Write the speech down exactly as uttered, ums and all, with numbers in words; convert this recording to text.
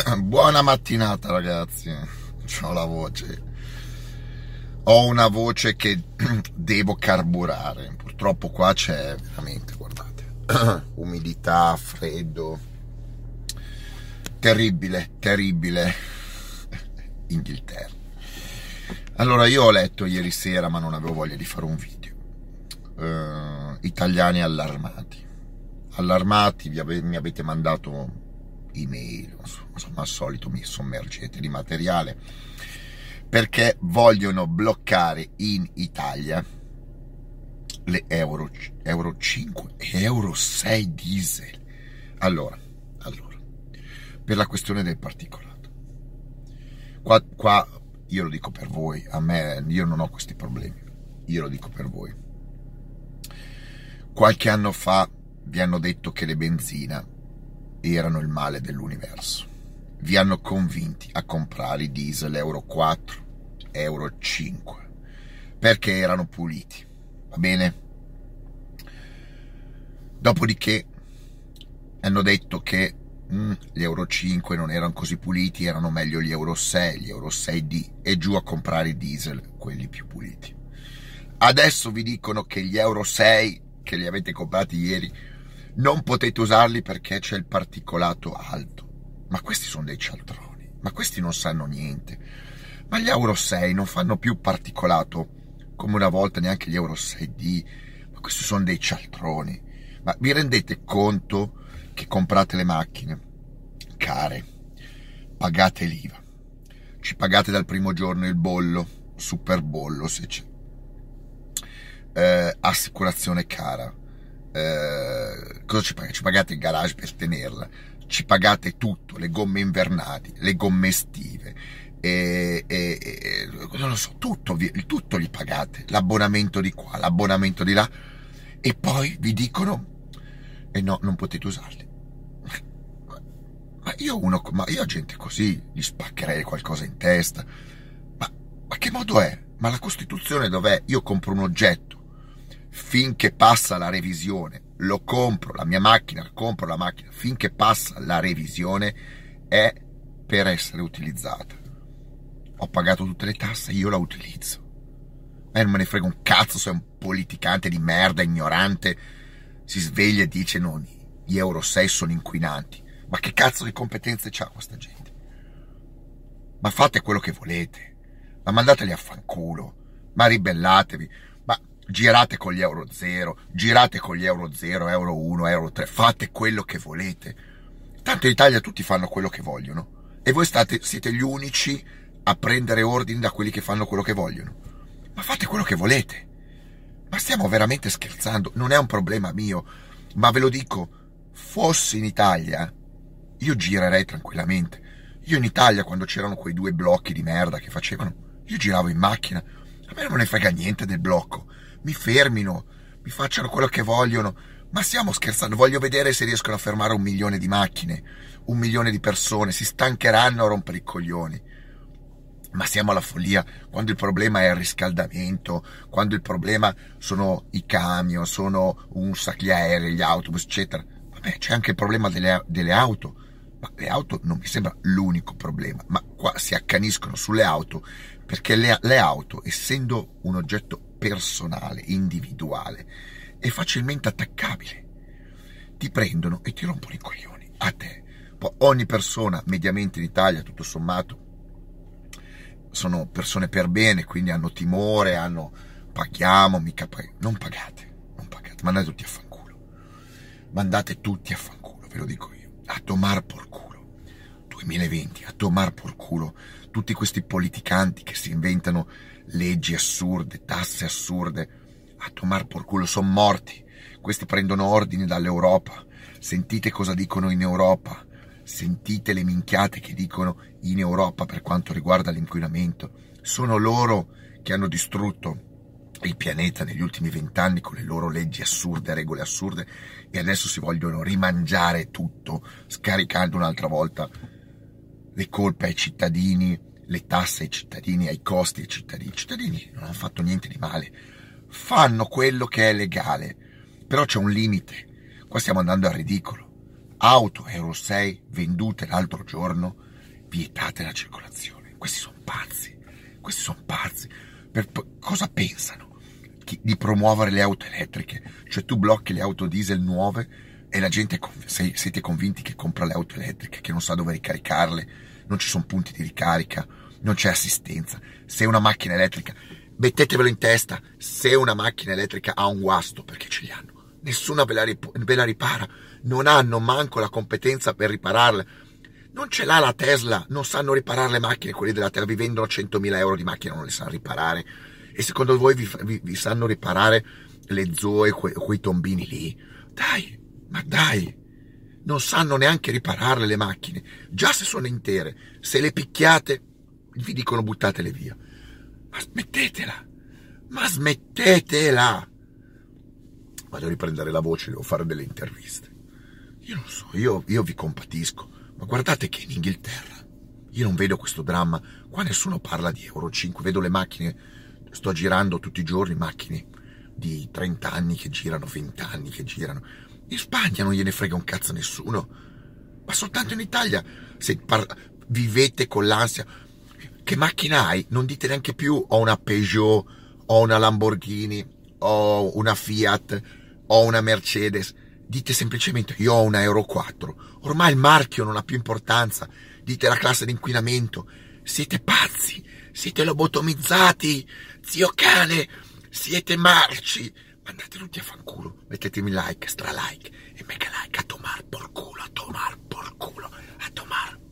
Buona mattinata ragazzi, c'ho la voce, ho una voce che devo carburare, purtroppo qua c'è veramente, guardate, umidità, freddo, terribile, terribile, Inghilterra. Allora io ho letto ieri sera, ma non avevo voglia di fare un video, uh, italiani allarmati, allarmati, vi ave- mi avete mandato email, insomma al solito mi sommergete di materiale perché vogliono bloccare in Italia le euro, euro cinque e euro sei diesel. Allora, allora per la questione del particolato, qua, qua io lo dico per voi, a me, io non ho questi problemi, io lo dico per voi. Qualche anno fa vi hanno detto che le benzina erano il male dell'universo, vi hanno convinti a comprare i diesel euro quattro, euro cinque, perché erano puliti, va bene? Dopodiché hanno detto che mm, gli euro cinque non erano così puliti, erano meglio gli euro sei, gli euro sei D, e giù a comprare i diesel, quelli più puliti. Adesso vi dicono che gli euro sei, che li avete comprati ieri, non potete usarli perché c'è il particolato alto. Ma questi sono dei cialtroni, ma questi non sanno niente. Ma gli euro sei non fanno più particolato come una volta, neanche gli euro sei D. Ma questi sono dei cialtroni. Ma vi rendete conto che comprate le macchine care, pagate l'I V A, ci pagate dal primo giorno il bollo, super bollo se c'è, eh, assicurazione cara, eh, cosa ci pagate? Ci pagate il garage per tenerla, ci pagate tutto, le gomme invernali, le gomme estive, e, e, e non lo so, tutto, tutto li pagate, l'abbonamento di qua, l'abbonamento di là, e poi vi dicono e eh no, non potete usarli. Ma io uno, ma io a gente così gli spaccherei qualcosa in testa. Ma, ma che modo è? Ma la Costituzione dov'è? Io compro un oggetto, finché passa la revisione, lo compro, la mia macchina, compro la macchina, finché passa la revisione è per essere utilizzata. Ho pagato tutte le tasse, io la utilizzo. A me non me ne frega un cazzo se è un politicante di merda, ignorante, si sveglia e dice no, gli euro sei sono inquinanti. Ma che cazzo di competenze c'ha questa gente? Ma fate quello che volete, ma mandateli a fanculo, ma ribellatevi, ma girate con gli euro zero, girate con gli euro zero, euro uno, euro tre, fate quello che volete. Tanto in Italia tutti fanno quello che vogliono e voi state, siete gli unici a prendere ordini da quelli che fanno quello che vogliono. Ma fate quello che volete. Ma stiamo veramente scherzando? Non è un problema mio, ma ve lo dico, fossi in Italia, io girerei tranquillamente. Io in Italia, quando c'erano quei due blocchi di merda che facevano, io giravo in macchina, a me non ne frega niente del blocco, mi fermino, mi facciano quello che vogliono, ma stiamo scherzando? Voglio vedere se riescono a fermare un milione di macchine, un milione di persone, si stancheranno a rompere i coglioni. Ma siamo alla follia, quando il problema è il riscaldamento, quando il problema sono i camion, sono un sacco gli aerei, gli autobus, eccetera. Vabbè, c'è anche il problema delle, delle auto, ma le auto non mi sembra l'unico problema, ma qua si accaniscono sulle auto perché le, le auto, essendo un oggetto personale, individuale, è facilmente attaccabile. Ti prendono e ti rompono i coglioni, a te. Poi ogni persona, mediamente in Italia, tutto sommato, sono persone per bene, quindi hanno timore, hanno paghiamo, mica pag- non pagate, non pagate, mandate tutti a fanculo, mandate tutti a fanculo, ve lo dico io, a tomar por culo, duemilaventi, a tomar por culo, tutti questi politicanti che si inventano leggi assurde, tasse assurde, a tomar por culo, sono morti, questi prendono ordini dall'Europa, sentite cosa dicono in Europa, sentite le minchiate che dicono in Europa per quanto riguarda l'inquinamento. Sono loro che hanno distrutto il pianeta negli ultimi vent'anni con le loro leggi assurde, regole assurde, e adesso si vogliono rimangiare tutto, scaricando un'altra volta le colpe ai cittadini, le tasse ai cittadini, ai costi ai cittadini. I cittadini non hanno fatto niente di male, fanno quello che è legale, però c'è un limite. Qua stiamo andando al ridicolo. Auto euro sei vendute l'altro giorno vietate la circolazione. Questi sono pazzi, questi sono pazzi. Per, per, cosa pensano? Chi, di promuovere le auto elettriche? Cioè tu blocchi le auto diesel nuove e la gente, se, siete convinti che compra le auto elettriche, che non sa dove ricaricarle, non ci sono punti di ricarica, non c'è assistenza. Se una macchina elettrica, mettetevelo in testa, se una macchina elettrica ha un guasto, perché ce li hanno, nessuna ve la, rip- ve la ripara, non hanno manco la competenza per ripararle. Non ce l'ha la Tesla, non sanno riparare le macchine, quelli della Tesla vi vendono centomila euro di macchina, non le sanno riparare. E secondo voi vi, vi, vi sanno riparare le Zoe, que, quei tombini lì? Dai, ma dai, non sanno neanche ripararle le macchine, già se sono intere, se le picchiate vi dicono buttatele via. Ma smettetela, ma smettetela. Vado a riprendere la voce, devo fare delle interviste. Io non so, io, io vi compatisco, ma guardate che in Inghilterra io non vedo questo dramma, qua nessuno parla di Euro cinque, vedo le macchine, sto girando tutti i giorni, macchine di trenta anni che girano, venti anni che girano. In Spagna non gliene frega un cazzo a nessuno, ma soltanto in Italia, se parla, vivete con l'ansia. Che macchina hai? Non dite neanche più ho una Peugeot, ho una Lamborghini, ho una Fiat, ho una Mercedes. Dite semplicemente io ho una Euro quattro. Ormai il marchio non ha più importanza. Dite la classe di inquinamento. Siete pazzi, siete lobotomizzati, zio cane, siete marci. Andate tutti a fanculo, mettetemi like, stra like e mega like, a tomar por culo, a tomar por culo, a tomar